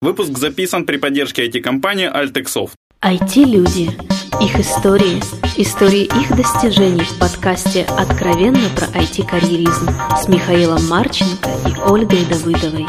Выпуск записан при поддержке IT-компании Altexoft. IT-люди. Их истории. Истории их достижений в подкасте «Откровенно про IT-карьеризм» с Михаилом Марченко и Ольгой Давыдовой.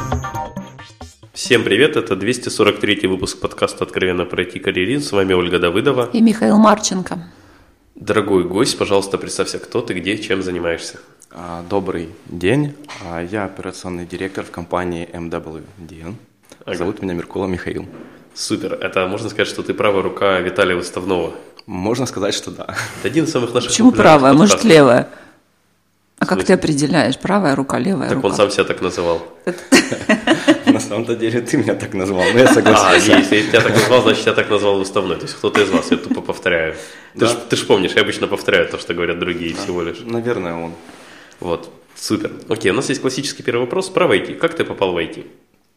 Всем привет, это 243-й выпуск подкаста «Откровенно про IT-карьеризм». С вами Ольга Давыдова и Михаил Марченко. Дорогой гость, пожалуйста, представься, кто ты, где, чем занимаешься. Добрый день, я операционный директор в компании MWDN. Зовут меня Меркула Михаил. Супер, это можно сказать, что ты правая рука Виталия Выставного? Можно сказать, что да. Это один из самых наших. Почему правая, может левая? А как ты определяешь, правая рука, левая рука? Так он сам себя так называл. На самом-то деле ты меня так назвал, но я согласился. Если я тебя так назвал, значит я так назвал Выставной, то есть кто-то из вас, я тупо повторяю. Ты ж помнишь, я обычно повторяю то, что говорят другие всего лишь. Наверное, он. Вот, супер. Окей, у нас есть классический первый вопрос про IT. Как ты попал в IT?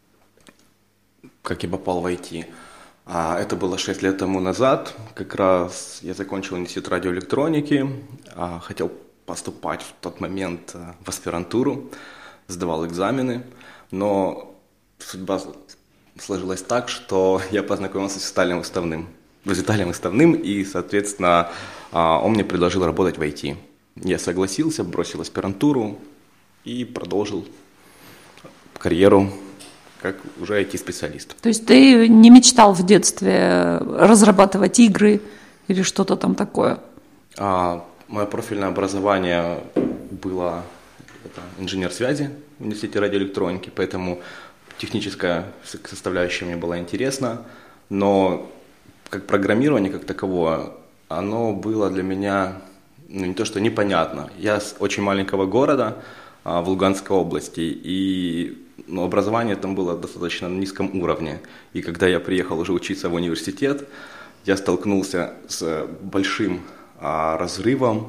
Как я попал в IT? Это было 6 лет тому назад. Как раз я закончил институт радиоэлектроники. Хотел поступать в тот момент в аспирантуру. Сдавал экзамены. Но судьба сложилась так, что я познакомился с Виталием Выставным. И, соответственно, он мне предложил работать в IT. Я согласился, бросил аспирантуру и продолжил карьеру как уже IT-специалист. То есть ты не мечтал в детстве разрабатывать игры или что-то там такое? Мое профильное образование было инженер связи в университете радиоэлектроники, поэтому техническая составляющая мне была интересна, но как программирование как таковое, оно было для меня не то что непонятно. Я с очень маленького города в Луганской области, и образование там было достаточно на низком уровне. И когда я приехал уже учиться в университет, я столкнулся с большим разрывом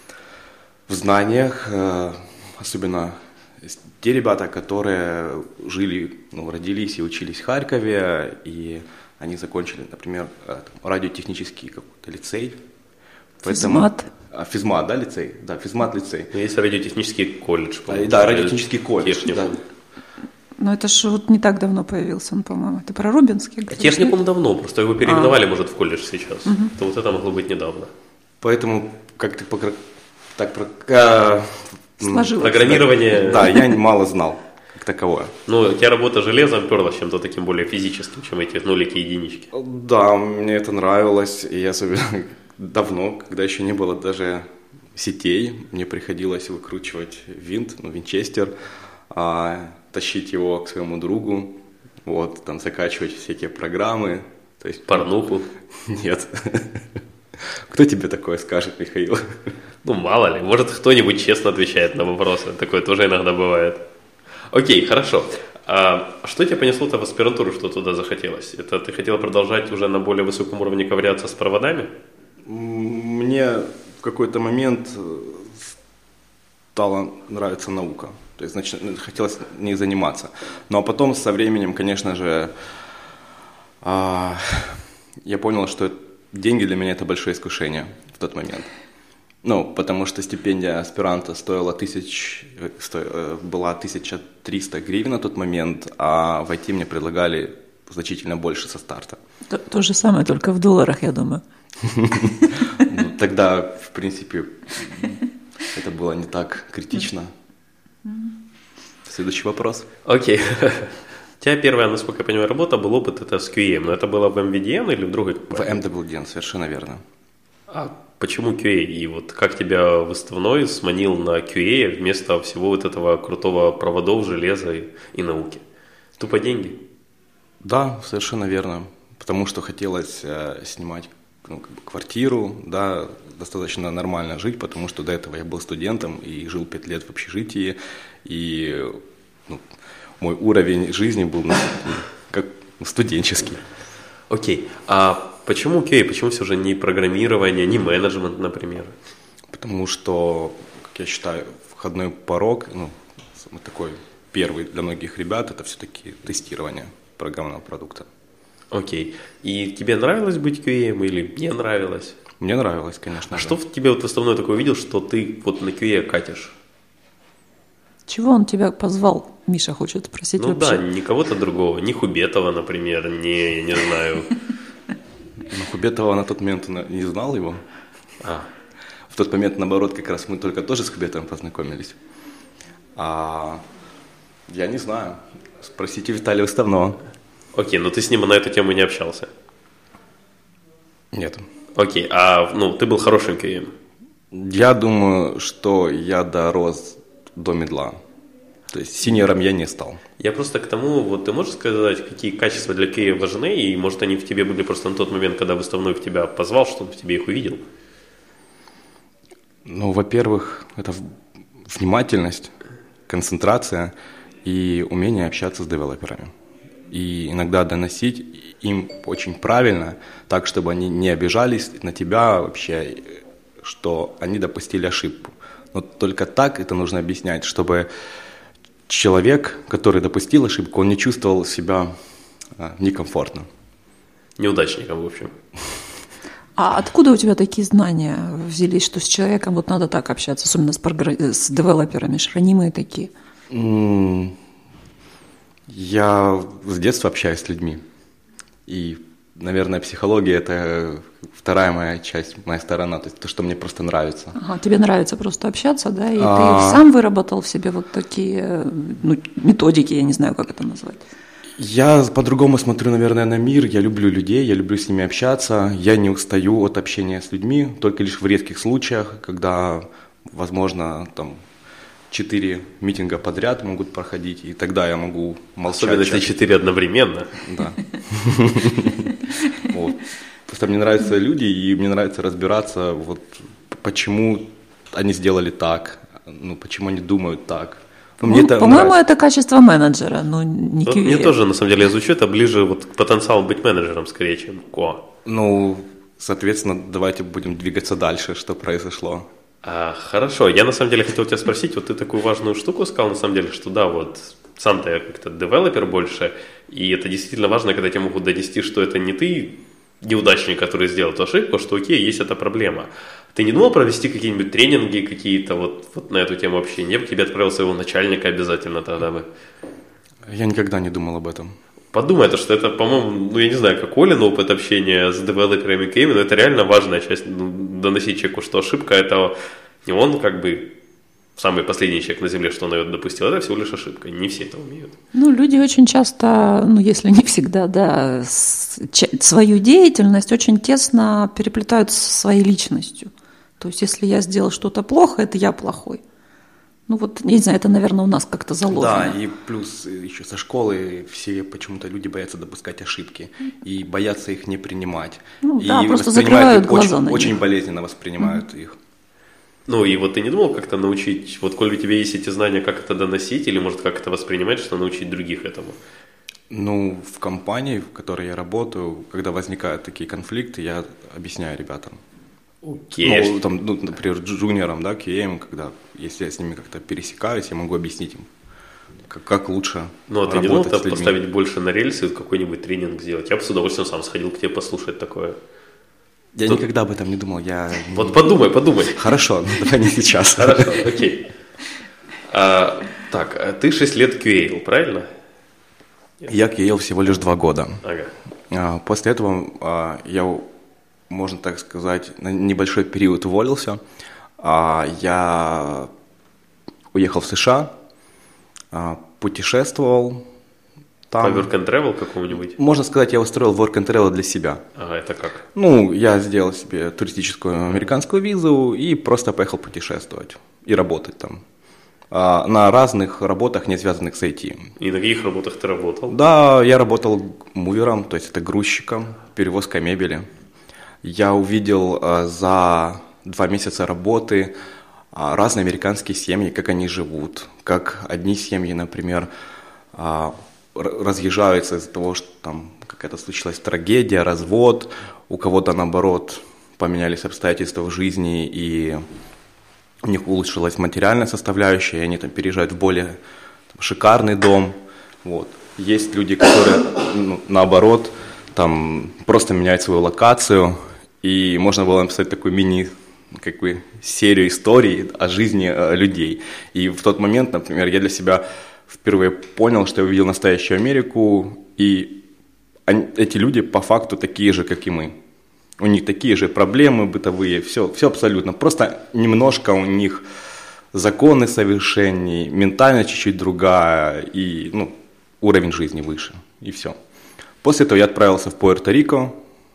в знаниях, особенно те ребята, которые родились и учились в Харькове, и они закончили, например, радиотехнический какой-то лицей. Физмат? Физмат, да, лицей? Да, физмат-лицей. Есть радиотехнический колледж, по-моему. Да, радиотехнический колледж, да. Но это же вот не так давно появился он, по-моему. Это про Рубинский? Техникум давно, просто его переименовали, может, в колледж сейчас. То вот это могло быть недавно. Поэтому как-то сложилось. Программирование... Да, я мало знал как таковое. Ну, у тебя работа железом перла чем-то таким более физическим, чем эти нулики и единички. Да, мне это нравилось, и особенно давно, когда еще не было даже сетей, мне приходилось выкручивать винчестер, тащить его к своему другу, там закачивать всякие программы. То есть, порнуху? Нет. Кто тебе такое скажет, Михаил? Мало ли, может кто-нибудь честно отвечает на вопросы, такое тоже иногда бывает. Окей, хорошо. А что тебя понесло-то в аспирантуру, что туда захотелось? Это ты хотела продолжать уже на более высоком уровне ковыряться с проводами? Мне в какой-то момент стала нравиться наука. То есть, хотелось ней заниматься. Ну, а потом со временем, конечно же, я понял, что деньги для меня – это большое искушение в тот момент. Потому что стипендия аспиранта была 1300 гривен на тот момент, а в IT мне предлагали значительно больше со старта. То же самое, только в долларах, я думаю. Тогда, в принципе, это было не так критично. Следующий вопрос. Окей. У тебя первая, насколько я понимаю, работа, был опыт это с QA, но это было в MVDN или в другой компании? В MWDN, совершенно верно. А почему QA? И вот как тебя Выставной сманил на QA вместо всего вот этого крутого проводов, железа и науки? Тупо деньги? Да, совершенно верно. Потому что хотелось снимать квартиру, да, достаточно нормально жить, потому что до этого я был студентом и жил 5 лет в общежитии, и мой уровень жизни был как студенческий. Окей. А почему QA? Почему все же не программирование, не менеджмент, например? Потому что, как я считаю, входной порог, такой первый для многих ребят, это все-таки тестирование программного продукта. Окей. И тебе нравилось быть QA или не нравилось? Мне нравилось, конечно. А что в тебе вот Выставной такое увидел, что ты вот на QA катишь? Чего он тебя позвал? Миша хочет спросить Ну вообще. да, не кого-то другого, не Хубетова, например, не, я не знаю. Но Хубетова на тот момент не знал его. В тот момент, наоборот, как раз мы только тоже с Хубетовым познакомились. Я не знаю. Спросите Виталия Уставного. Окей, но ты с ним на эту тему не общался? Нет. Окей, ты был хорошим QA? Я думаю, что я дорос до медла. То есть синьором я не стал. Я просто к тому, вот ты можешь сказать, какие качества для QA важны, и может они в тебе были просто на тот момент, когда выставной в тебя позвал, что он в тебе их увидел? Ну, во-первых, это внимательность, концентрация и умение общаться с девелоперами. И иногда доносить им очень правильно, так, чтобы они не обижались на тебя вообще, что они допустили ошибку. Но только так это нужно объяснять, чтобы человек, который допустил ошибку, он не чувствовал себя некомфортно. Неудачником, в общем. А откуда у тебя такие знания взялись, что с человеком вот надо так общаться, особенно с девелоперами, ранимые такие? Я с детства общаюсь с людьми. И, наверное, психология – это вторая моя часть, моя сторона, то есть то, что мне просто нравится. Ага, тебе нравится просто общаться, да? И ты сам выработал в себе вот такие методики, я не знаю, как это назвать. Я по-другому смотрю, наверное, на мир. Я люблю людей, я люблю с ними общаться. Я не устаю от общения с людьми, только лишь в редких случаях, когда, возможно, 4 митинга подряд могут проходить, и тогда я могу молчать. Особенно если 4 одновременно. Да. Просто мне нравятся люди, и мне нравится разбираться, почему они сделали так, почему они думают так. По-моему, это качество менеджера, но не QA. Мне тоже, на самом деле, я звучу, это ближе к потенциалу быть менеджером, скорее, чем QA. Соответственно, давайте будем двигаться дальше, что произошло. Хорошо, я на самом деле хотел тебя спросить, вот ты такую важную штуку сказал, на самом деле, что да, вот сам-то я как-то девелопер больше, и это действительно важно, когда тебе могут донести, что это не ты неудачник, который сделал эту ошибку, а что окей, есть эта проблема. Ты не думал провести какие-нибудь тренинги какие-то вот на эту тему общения? Я бы к тебе отправил своего начальника обязательно тогда бы. Я никогда не думал об этом. Подумай, что это, по-моему, я не знаю, как Олин опыт общения с девелоперами QA, но это реально важная часть, доносить человеку, что ошибка, это не он как бы самый последний человек на земле, что он ее допустил, это всего лишь ошибка, не все это умеют. Люди очень часто, если не всегда, да, свою деятельность очень тесно переплетают со своей личностью. То есть, если я сделал что-то плохо, это я плохой. Я не знаю, это, наверное, у нас как-то заложено. Да, и плюс еще со школы все почему-то люди боятся допускать ошибки и боятся их не принимать. Просто закрывают глаза на них. Очень болезненно воспринимают их. И вот ты не думал как-то научить, вот коль у тебя есть эти знания, как это доносить, или может как это воспринимать, что научить других этому? В компании, в которой я работаю, когда возникают такие конфликты, я объясняю ребятам. Окей. Например, джуниорам, да, QA, если я с ними как-то пересекаюсь, я могу объяснить им, как лучше работать ты не думал с людьми. поставить больше на рельсы, какой-нибудь тренинг сделать? Я бы с удовольствием сам сходил к тебе послушать такое. Я никогда об этом не думал. Вот подумай. Хорошо, давай не сейчас. Хорошо, окей. Так, ты 6 лет QA, правильно? Я QA всего лишь 2 года. Ага. После этого я, можно так сказать, на небольшой период уволился. Я уехал в США, путешествовал там. По work and travel какому-нибудь? Можно сказать, я устроил work and travel для себя. Ага, это как? Я сделал себе туристическую американскую визу и просто поехал путешествовать и работать там. На разных работах, не связанных с IT. И на каких работах ты работал? Да, я работал мувером, то есть это грузчиком, перевозка мебели. Я увидел за 2 месяца работы разные американские семьи, как они живут, как одни семьи, например, разъезжаются из-за того, что там какая-то случилась трагедия, развод, у кого-то, наоборот, поменялись обстоятельства в жизни, и у них улучшилась материальная составляющая, и они там переезжают в более шикарный дом. Есть люди, которые, наоборот, там просто меняют свою локацию, и можно было написать такую как бы серию историй о жизни людей. И в тот момент, например, я для себя впервые понял, что я увидел настоящую Америку, и эти люди по факту такие же, как и мы. У них такие же проблемы бытовые, все абсолютно. Просто немножко у них законы совершеннее, ментальность чуть-чуть другая, и уровень жизни выше, и все. После этого я отправился в Пуэрто-Рико.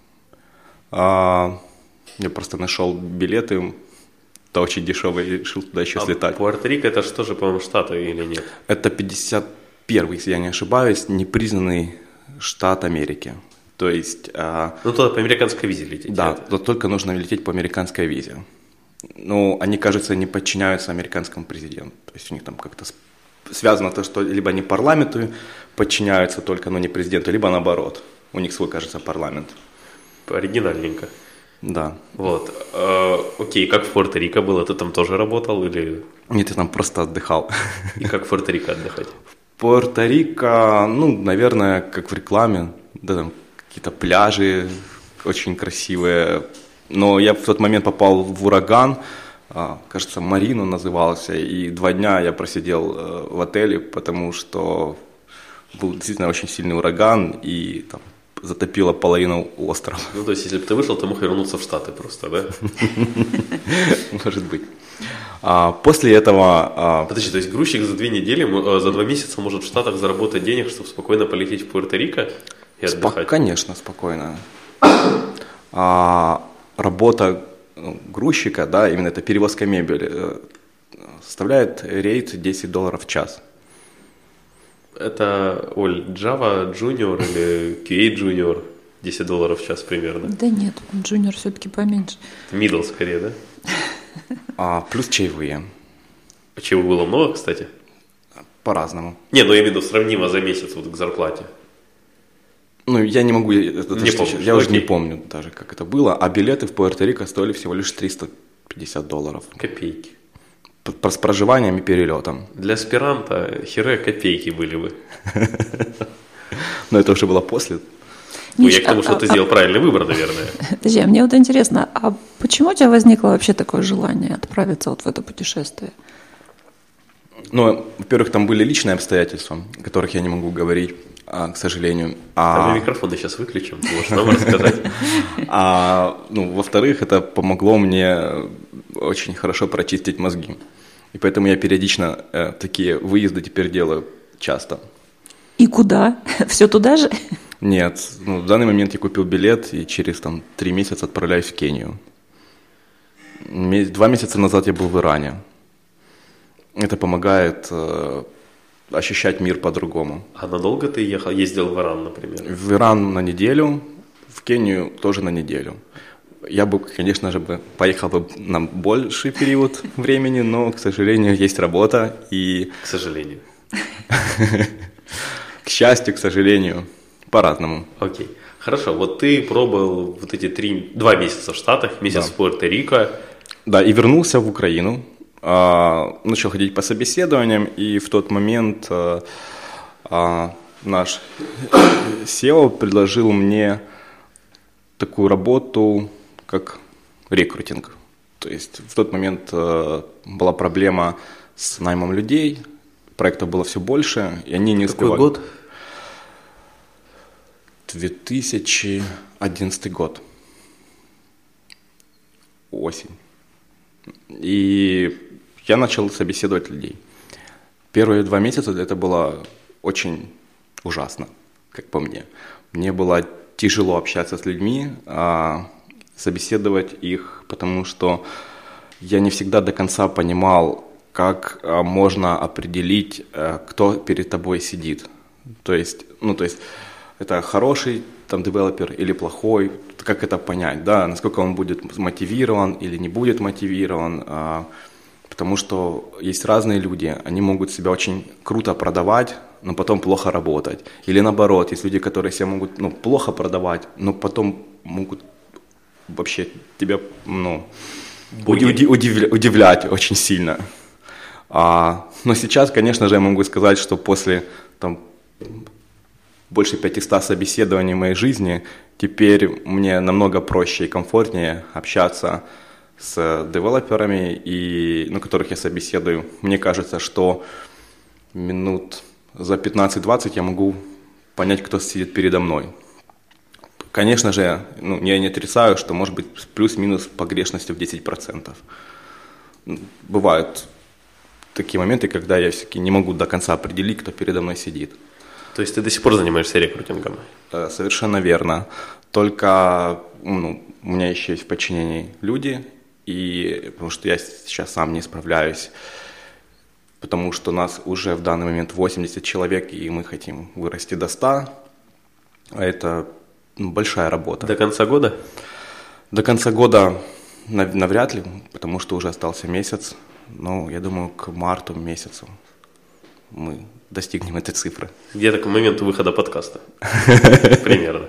Я просто нашел билеты, это очень дешево, и решил туда еще слетать. Пуэрто-Рико это что же, по-моему, Штаты или нет? Это 51-й, если я не ошибаюсь, непризнанный штат Америки. То есть... туда по американской визе лететь. Да, только нужно лететь по американской визе. Они, кажется, не подчиняются американскому президенту. То есть у них там как-то связано то, что либо они парламенту подчиняются только, но не президенту, либо наоборот. У них свой, кажется, парламент. Оригинальненько. Да. Вот. Окей, как в Пуэрто-Рико было? Ты там тоже работал или... Нет, я там просто отдыхал. И как в Пуэрто-Рико отдыхать? В Пуэрто-Рико, наверное, как в рекламе. Да, там какие-то пляжи очень красивые. Но я в тот момент попал в ураган, кажется, Марино назывался, и 2 дня я просидел в отеле, потому что был действительно очень сильный ураган, и там затопило половину острова. То есть, если бы ты вышел, ты мог вернуться в Штаты просто, да? Может быть. После этого... Подожди, то есть грузчик за 2 недели, за 2 месяца может в Штатах заработать денег, чтобы спокойно полететь в Пуэрто-Рико и отдыхать? Конечно, спокойно. Работа грузчика, да, именно это перевозка мебели, составляет рейд $10 в час. Это, Оль, Java Junior или QA Junior $10 в час примерно? Да нет, Junior все-таки поменьше. Middle скорее, да? Плюс чаевые. Чаевых было много, кстати? По-разному. Не, я имею в виду сравнимо за месяц к зарплате. Я не могу, я уже окей. не помню даже, как это было, а билеты в Пуэрто-Рико стоили всего лишь $350. Копейки. С проживанием и перелетом. Для аспиранта хере копейки были бы. Но это уже было после. Я к тому, что ты сделал правильный выбор, наверное. Подожди, а мне интересно, а почему у тебя возникло вообще такое желание отправиться в это путешествие? Во-первых, там были личные обстоятельства, о которых я не могу говорить, к сожалению. Мы микрофоны сейчас выключим, ты можешь нам рассказать. Во-вторых, это помогло мне очень хорошо прочистить мозги. И поэтому я периодично такие выезды теперь делаю часто. И куда? Все туда же? Нет, в данный момент я купил билет и через 3 месяца отправляюсь в Кению. 2 месяца назад я был в Иране. Это помогает ощущать мир по-другому. А надолго ты ездил в Иран, например? В Иран на неделю, в Кению тоже на неделю. Я бы, конечно же, поехал бы на больший период времени, но, к сожалению, есть работа и... К сожалению. К счастью, к сожалению, по-разному. Окей. Хорошо, вот ты пробовал вот эти 2 месяца в Штатах, месяц в Пуэрто-Рико. Да, и вернулся в Украину. Начал ходить по собеседованиям, и в тот момент наш SEO предложил мне такую работу, как рекрутинг. То есть в тот момент была проблема с наймом людей, проектов было все больше, и они не успевали. Какой год? 2011 год. Осень. И я начал собеседовать людей. Первые 2 месяца это было очень ужасно, как по мне. Мне было тяжело общаться с людьми, собеседовать их, потому что я не всегда до конца понимал, как можно определить, кто перед тобой сидит. То есть это хороший девелопер или плохой, как это понять, да, насколько он будет мотивирован или не будет мотивирован, потому что есть разные люди, они могут себя очень круто продавать, но потом плохо работать. Или наоборот, есть люди, которые себя могут плохо продавать, но потом могут вообще тебя удивлять очень сильно. Но сейчас, конечно же, я могу сказать, что после больше 500 собеседований в моей жизни, теперь мне намного проще и комфортнее общаться с девелоперами, которых я собеседую. Мне кажется, что минут за 15-20 я могу понять, кто сидит передо мной. Конечно же, я не отрицаю, что может быть плюс-минус погрешности в 10%. Бывают такие моменты, когда я все-таки не могу до конца определить, кто передо мной сидит. То есть ты до сих пор занимаешься рекрутингом? Совершенно верно. Только у меня еще есть в подчинении люди, потому что я сейчас сам не справляюсь, потому что нас уже в данный момент 80 человек, и мы хотим вырасти до 100. А это большая работа. До конца года? До конца года навряд ли, потому что уже остался месяц. Но я думаю, к марту месяцу мы достигнем этой цифры. Где-то к моменту выхода подкаста. Примерно.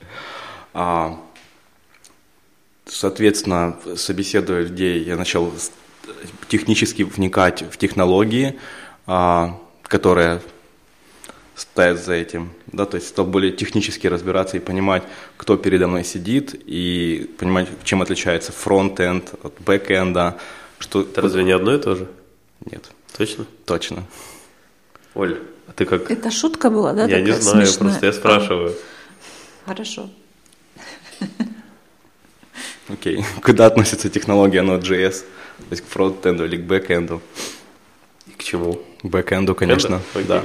Соответственно, собеседуя людей, я начал технически вникать в технологии, которые стоят за этим. Да, то есть стал более технически разбираться и понимать, кто передо мной сидит, и понимать, чем отличается фронт-энд от бэк-энда. Это разве не одно и то же? Нет. Точно? Точно. Оль, а ты как? Это шутка была, да? Я не знаю, смешная? Просто я спрашиваю. Хорошо. Окей. Куда относится технология Node.js? То есть к фронт-энду или к бэк-энду? И к чему? К бэк-энду, конечно. Да.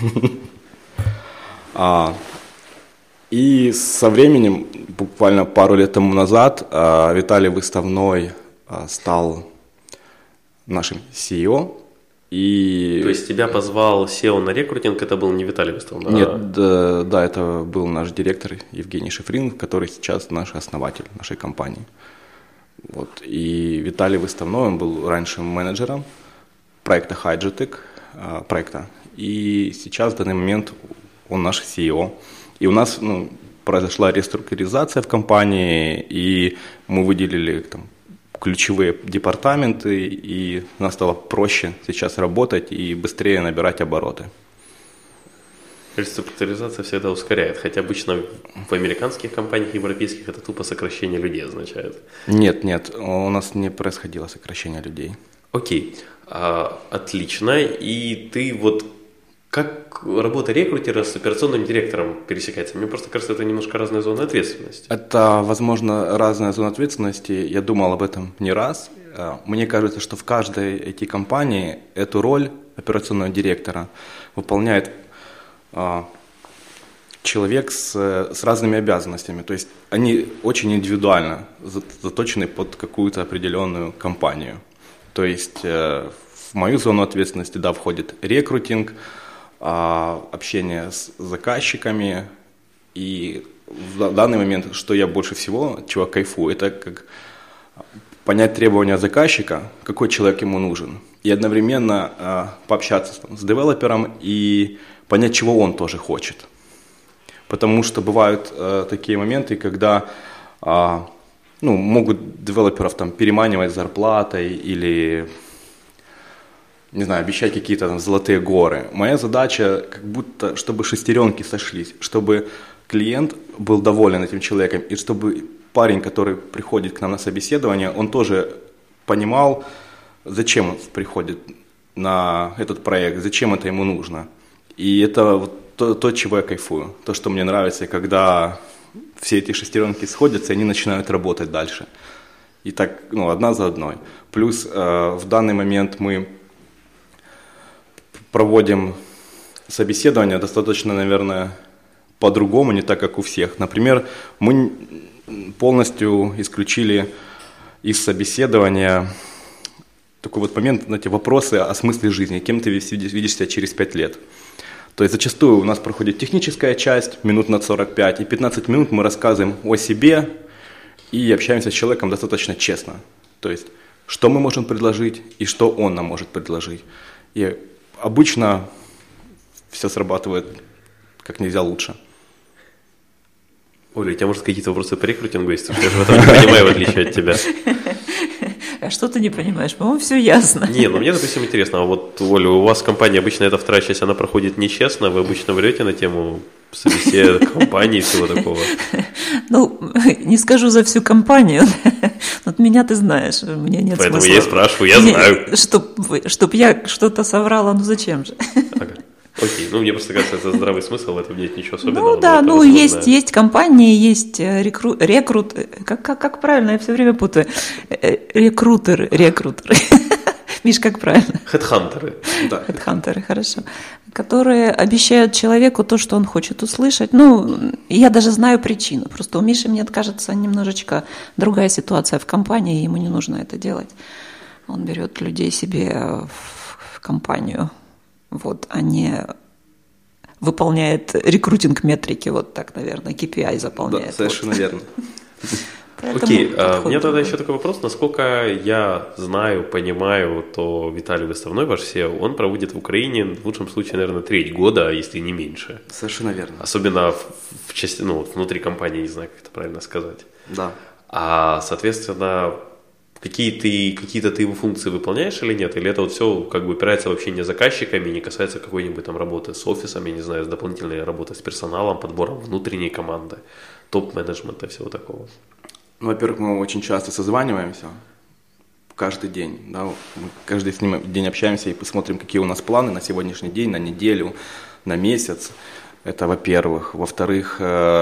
И со временем, буквально пару лет тому назад, Виталий Выставной стал нашим CEO. То есть тебя позвал SEO на рекрутинг, это был не Виталий Выставной? Нет, да, это был наш директор Евгений Шифрин, который сейчас наш основатель нашей компании. Вот. И Виталий Выставной, он был раньше менеджером проекта Hydrotech, и сейчас в данный момент он наш CEO. И у нас произошла реструктуризация в компании, и мы выделили ключевые департаменты, и нам стало проще сейчас работать и быстрее набирать обороты. Реструктуризация всегда ускоряет, хотя обычно в американских компаниях, европейских, это тупо сокращение людей означает. Нет, у нас не происходило сокращение людей. Окей, отлично. И ты как работа рекрутера с операционным директором пересекается? Мне просто кажется, это немножко разная зона ответственности. Это, возможно, разная зона ответственности. Я думал об этом не раз. Мне кажется, что в каждой IT-компании эту роль операционного директора выполняет человек с разными обязанностями. То есть они очень индивидуально заточены под какую-то определенную компанию. То есть в мою зону ответственности, входит рекрутинг, общение с заказчиками, и в данный момент, что я больше всего, чего кайфую, это как понять требования заказчика, какой человек ему нужен, и одновременно пообщаться с девелопером и понять, чего он тоже хочет. Потому что бывают такие моменты, когда могут девелоперов переманивать зарплатой или, не знаю, обещать какие-то золотые горы. Моя задача, как будто, чтобы шестеренки сошлись, чтобы клиент был доволен этим человеком, и чтобы парень, который приходит к нам на собеседование, он тоже понимал, зачем он приходит на этот проект, зачем это ему нужно. И это то, чего я кайфую, то, что мне нравится, когда все эти шестеренки сходятся, и они начинают работать дальше. И так, одна за одной. Плюс в данный момент мы проводим собеседование достаточно, наверное, по-другому, не так, как у всех. Например, мы полностью исключили из собеседования такой момент, вопросы о смысле жизни, кем ты видишь себя через 5 лет. То есть зачастую у нас проходит техническая часть, минут на 45, и 15 минут мы рассказываем о себе и общаемся с человеком достаточно честно. То есть, что мы можем предложить и что он нам может предложить. И обычно все срабатывает как нельзя лучше. Оля, у тебя, может, какие-то вопросы по рекрутингу есть? Потому что я же в этом не понимаю, в отличие от тебя. А что ты не понимаешь? По-моему, все ясно. Мне, допустим, интересно, Оля, у вас в компании обычно эта вторая часть, она проходит нечестно, вы обычно врете на тему все компании и всего такого? Ну, не скажу за всю компанию. Вот меня ты знаешь, у меня нет Поэтому смысла. я и спрашиваю, я знаю. Чтоб я что-то соврала, ну зачем же? Ага. Окей, ну мне просто кажется, это здравый смысл, в этом нет ничего особенного. Ну да, ну есть компании, есть рекрут, как правильно, я все время путаю. Рекрутеры. Миш, как правильно? Хедхантеры. Да. Хедхантеры, хорошо. Которые обещают человеку то, что он хочет услышать. Ну, я даже знаю причину. Просто у Миши, мне кажется, немножечко другая ситуация в компании, ему не нужно это делать. Он берет людей себе в компанию, вот, а не выполняет рекрутинг-метрики, вот так, наверное, KPI заполняет. Да, совершенно верно. Окей, у меня тогда еще такой вопрос. Насколько я знаю, понимаю, то Виталий Выставной, ваш SEO, он проводит в Украине в лучшем случае, наверное, треть года, если не меньше. Совершенно верно. Особенно в части, ну, внутри компании, не знаю, как это правильно сказать. Да. А, соответственно, какие-то ты его функции выполняешь или нет? Или это вот все как бы упирается в общение с заказчиками, не касается какой-нибудь там работы с офисом, я не знаю, с дополнительной работой с персоналом, подбором внутренней команды, топ-менеджмента и всего такого? Ну, во-первых, мы очень часто созваниваемся, каждый день, да, мы каждый день общаемся и посмотрим, какие у нас планы на сегодняшний день, на неделю, на месяц, это во-первых. Во-вторых,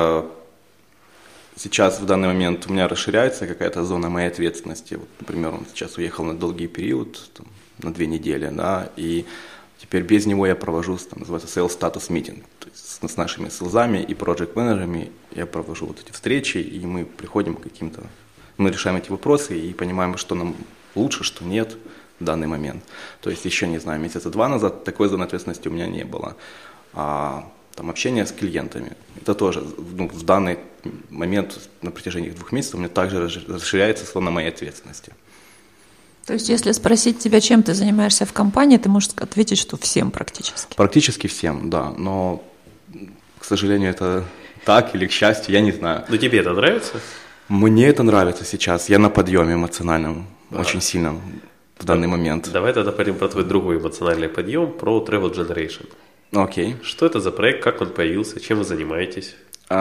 сейчас в данный момент у меня расширяется какая-то зона моей ответственности, вот, например, он сейчас уехал на долгий период, там, на 2 недели, да, и теперь без него я провожу, там, называется Sales Status Meeting, то есть с нашими селзами и проект-менеджерами я провожу вот эти встречи, и мы приходим к каким-то, мы решаем эти вопросы и понимаем, что нам лучше, что нет в данный момент. То есть еще, не знаю, месяца 2 назад такой зоны ответственности у меня не было. А там общение с клиентами, это тоже, ну, в данный момент на протяжении 2 месяцев у меня также расширяется зона моей ответственности. То есть, если спросить тебя, чем ты занимаешься в компании, ты можешь ответить, что всем практически. Практически всем, да, но, к сожалению, это так или к счастью, я не знаю. Но тебе это нравится? Мне это нравится сейчас, я на подъеме эмоциональном, очень сильном в данный момент. Давай тогда поговорим про твой другой эмоциональный подъем, про Travel Generation. Окей. Что это за проект, как он появился, чем вы занимаетесь?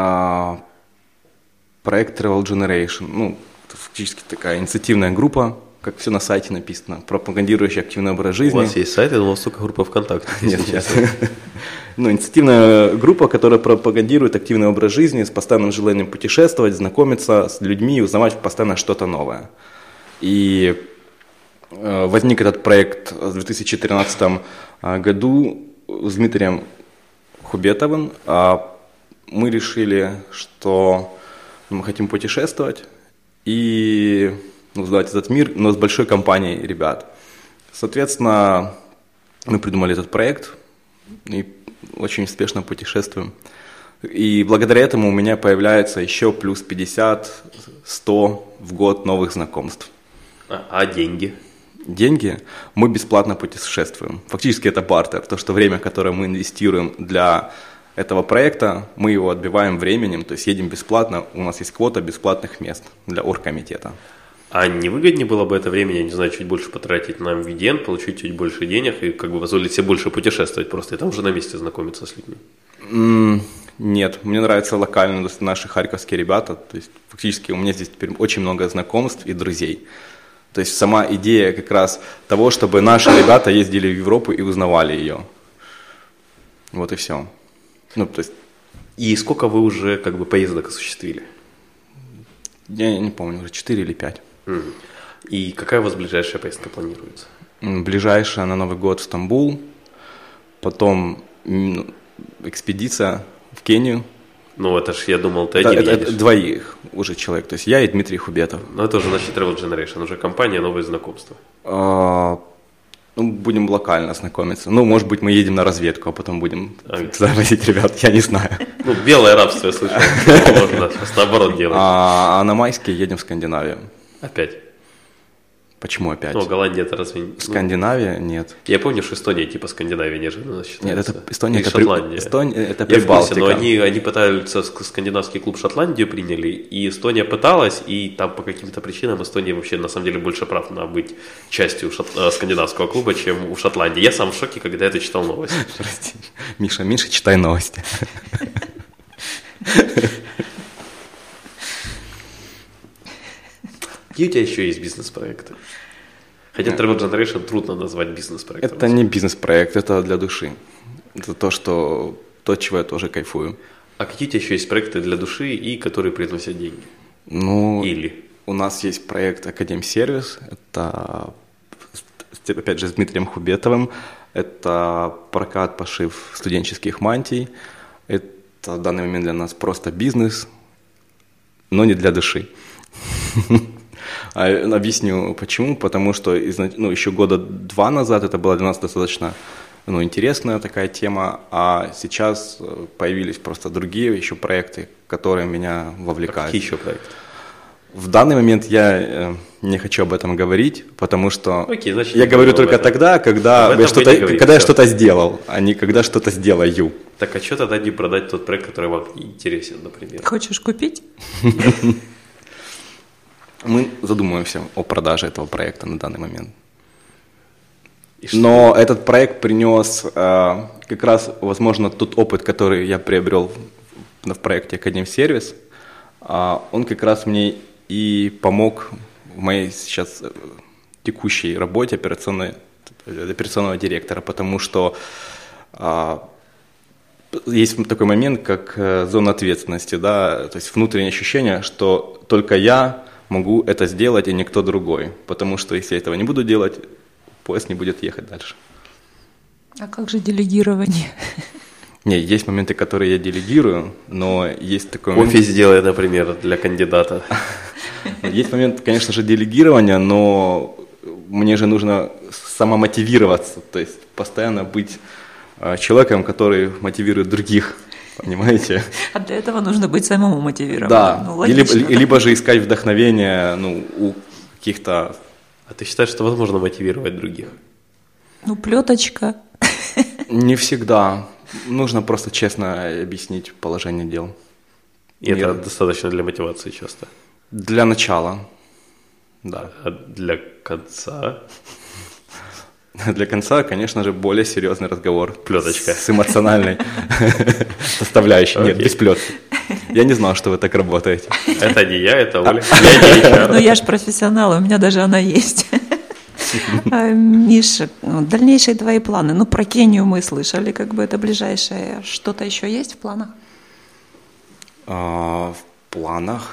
Проект Travel Generation, ну, это фактически такая инициативная группа, как все на сайте написано, пропагандирующая активный образ жизни. У вас есть сайт, я думал, только группа ВКонтакте. Нет. Ну, инициативная группа, которая пропагандирует активный образ жизни с постоянным желанием путешествовать, знакомиться с людьми и узнавать постоянно что-то новое. И возник этот проект в 2013 году с Дмитрием Хубетовым. Мы решили, что мы хотим путешествовать и узнавать этот мир, но с большой компанией ребят. Соответственно, мы придумали этот проект и очень успешно путешествуем. И благодаря этому у меня появляется еще плюс 50-100 в год новых знакомств. А деньги? Деньги? Мы бесплатно путешествуем. Фактически это бартер. То, что время, которое мы инвестируем для этого проекта, мы его отбиваем временем, то есть едем бесплатно. У нас есть квота бесплатных мест для оргкомитета. А не выгоднее было бы это время, я не знаю, чуть больше потратить на VDN, получить чуть больше денег и как бы позволить себе больше путешествовать просто, и там уже на месте знакомиться с людьми? Нет, мне нравятся локальные наши харьковские ребята, то есть фактически у меня здесь теперь очень много знакомств и друзей. То есть сама идея как раз того, чтобы наши ребята ездили в Европу и узнавали ее. Вот и все. Ну, то есть... И сколько вы уже как бы поездок осуществили? Я не помню, уже 4 или 5. И какая у вас ближайшая поездка планируется? Ближайшая на Новый год в Стамбул, потом экспедиция в Кению. Ну, это ж, я думал, ты один едешь. Это 2 уже человек, то есть я и Дмитрий Хубетов. Ну, это уже, значит, Travel Generation, уже компания, новые знакомства. Будем локально знакомиться. Ну, может быть, мы едем на разведку, а потом будем туда возить ребят, я не знаю. Ну, белое рабство, я слышал. Можно наоборот делать. А на майские едем в Скандинавию. Опять? Почему опять? Ну, Голландия это разве... Скандинавия? Нет. Я помню, что Эстония типа Скандинавия неожиданно считается. Нет, это Эстония, это Шотландия. Эстония, это Прибалтика. Но они пытаются, скандинавский клуб Шотландию приняли, и Эстония пыталась, и там по каким-то причинам Эстония вообще на самом деле больше прав на быть частью скандинавского клуба, чем у Шотландии. Я сам в шоке, когда это читал новости. Прости. Миша, меньше читай новости. Какие у тебя еще есть бизнес-проекты? Хотя Travel Generation трудно назвать бизнес-проектом. Это не бизнес-проект, это для души. Это то, чего я тоже кайфую. А какие у тебя еще есть проекты для души и которые приносят деньги? Ну, у нас есть проект «Академсервис». Это, опять же, с Дмитрием Хубетовым. Это прокат, пошив студенческих мантий. Это в данный момент для нас просто бизнес, но не для души. Объясню почему. Потому что еще года 2 назад это была для нас достаточно интересная такая тема, а сейчас появились просто другие еще проекты, которые меня вовлекают. Какие еще проекты? В данный момент я не хочу об этом говорить, потому что значит, я говорю только тогда, когда я что-то сделал, а не когда что-то сделаю. Так а что тогда не продать тот проект, который вам не интересен, например? Хочешь купить? Мы задумываемся о продаже этого проекта на данный момент. Но этот проект принес как раз, возможно, тот опыт, который я приобрел в проекте «Академсервис», он как раз мне и помог в моей сейчас текущей работе операционного директора, потому что есть такой момент, как зона ответственности, да, то есть внутреннее ощущение, что только я могу это сделать и никто другой, потому что если я этого не буду делать, поезд не будет ехать дальше. А как же делегирование? Не, есть моменты, которые я делегирую, но есть такой момент... Кофе сделай, например, для кандидата. Есть момент, конечно же, делегирования, но мне же нужно самомотивироваться, то есть постоянно быть человеком, который мотивирует других, понимаете? А для этого нужно быть самому мотивированным. Да, либо же искать вдохновение у каких-то... А ты считаешь, что возможно мотивировать других? Плеточка. Не всегда. Нужно просто честно объяснить положение дел. И это достаточно для мотивации часто? Для начала, да. А для конца? Для конца, конечно же, более серьезный разговор. Плеточка. С эмоциональной составляющей. Нет, без плетки. Я не знал, что вы так работаете. Это не я, это Оля. Я ж профессионал, у меня даже она есть. Миша, дальнейшие твои планы. Про Кению мы слышали, это ближайшее. Что-то еще есть в планах? В планах?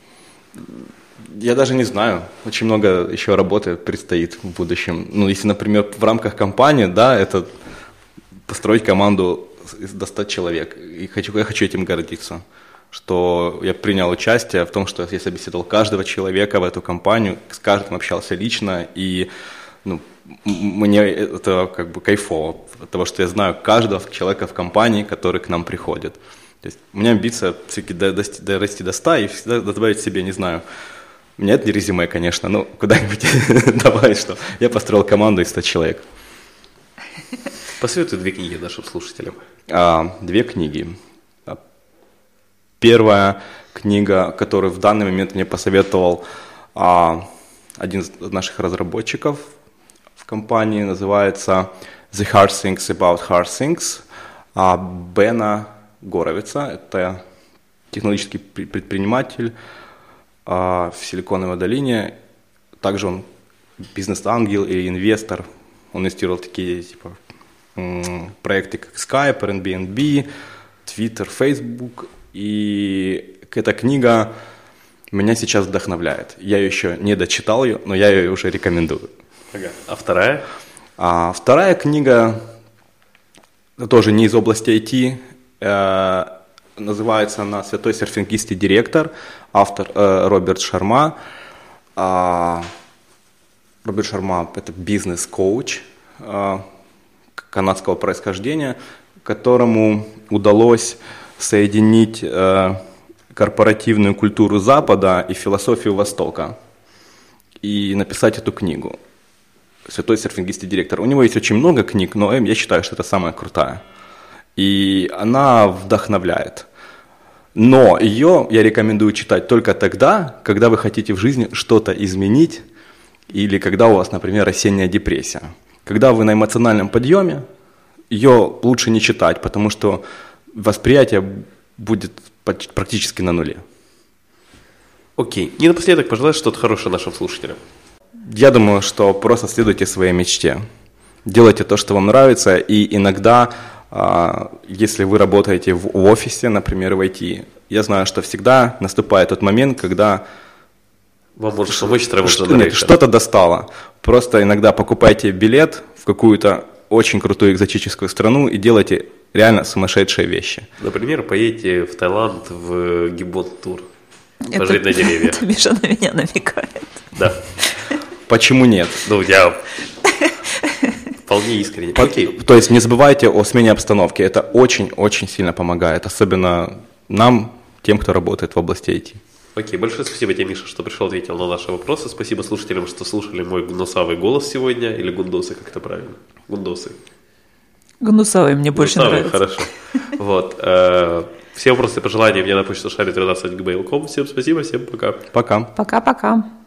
Я даже не знаю. Очень много еще работы предстоит в будущем. Если, например, в рамках компании, да, это построить команду до 100 человек. И я хочу этим гордиться, что я принял участие в том, что я собеседовал каждого человека в эту компанию, с каждым общался лично, и мне это кайфово, от того, что я знаю каждого человека в компании, который к нам приходит. То есть у меня амбиция все-таки дорасти до 100 и всегда добавить себе, не знаю, у меня это не резюме, конечно, но куда-нибудь добавить, что я построил команду из 100 человек. Посоветуй 2 книги нашим слушателям. 2 книги. Первая книга, которую в данный момент мне посоветовал один из наших разработчиков в компании, называется «The Hard Things About Hard Things» Бена Горовица. Это технологический предприниматель в Силиконовой долине. Также он бизнес-ангел или инвестор. Он инвестировал в такие проекты, как Skype, Airbnb, Twitter, Facebook. И эта книга меня сейчас вдохновляет. Я еще не дочитал ее, но я ее уже рекомендую. Ага. А вторая? Вторая книга тоже не из области IT. Называется она «Святой серфингист и директор». Автор Роберт Шарма. Роберт Шарма – это бизнес-коуч канадского происхождения, которому удалось соединить корпоративную культуру Запада и философию Востока и написать эту книгу «Святой серфингист и директор». У него есть очень много книг, но я считаю, что это самая крутая. И она вдохновляет. Но ее я рекомендую читать только тогда, когда вы хотите в жизни что-то изменить или когда у вас, например, осенняя депрессия. Когда вы на эмоциональном подъеме, ее лучше не читать, потому что восприятие будет практически на нуле. Окей. И напоследок пожелай что-то хорошее нашим слушателям. Я думаю, что просто следуйте своей мечте. Делайте то, что вам нравится, и иногда, если вы работаете в офисе, например, в IT, я знаю, что всегда наступает тот момент, когда вам может помочь что-то достало. Просто иногда покупайте билет в какую-то очень крутую экзотическую страну и делайте реально сумасшедшие вещи. Например, поедете в Таиланд в гиббон-тур. Пожить на деревья. Это Миша на меня намекает. Да. Почему нет? Ну, я вполне искренне. Окей. То есть не забывайте о смене обстановки. Это очень-очень сильно помогает. Особенно нам, тем, кто работает в области IT. Окей, большое спасибо тебе, Миша, что пришел, ответил на наши вопросы. Спасибо слушателям, что слушали мой гнусавый голос сегодня. Или гундосы, как это правильно? Гундосы. Гнусавый мне больше нравится. Хорошо. Вот. Все вопросы и пожелания мне на почту шарит13@gmail.com. Всем спасибо, всем пока. Пока. Пока-пока.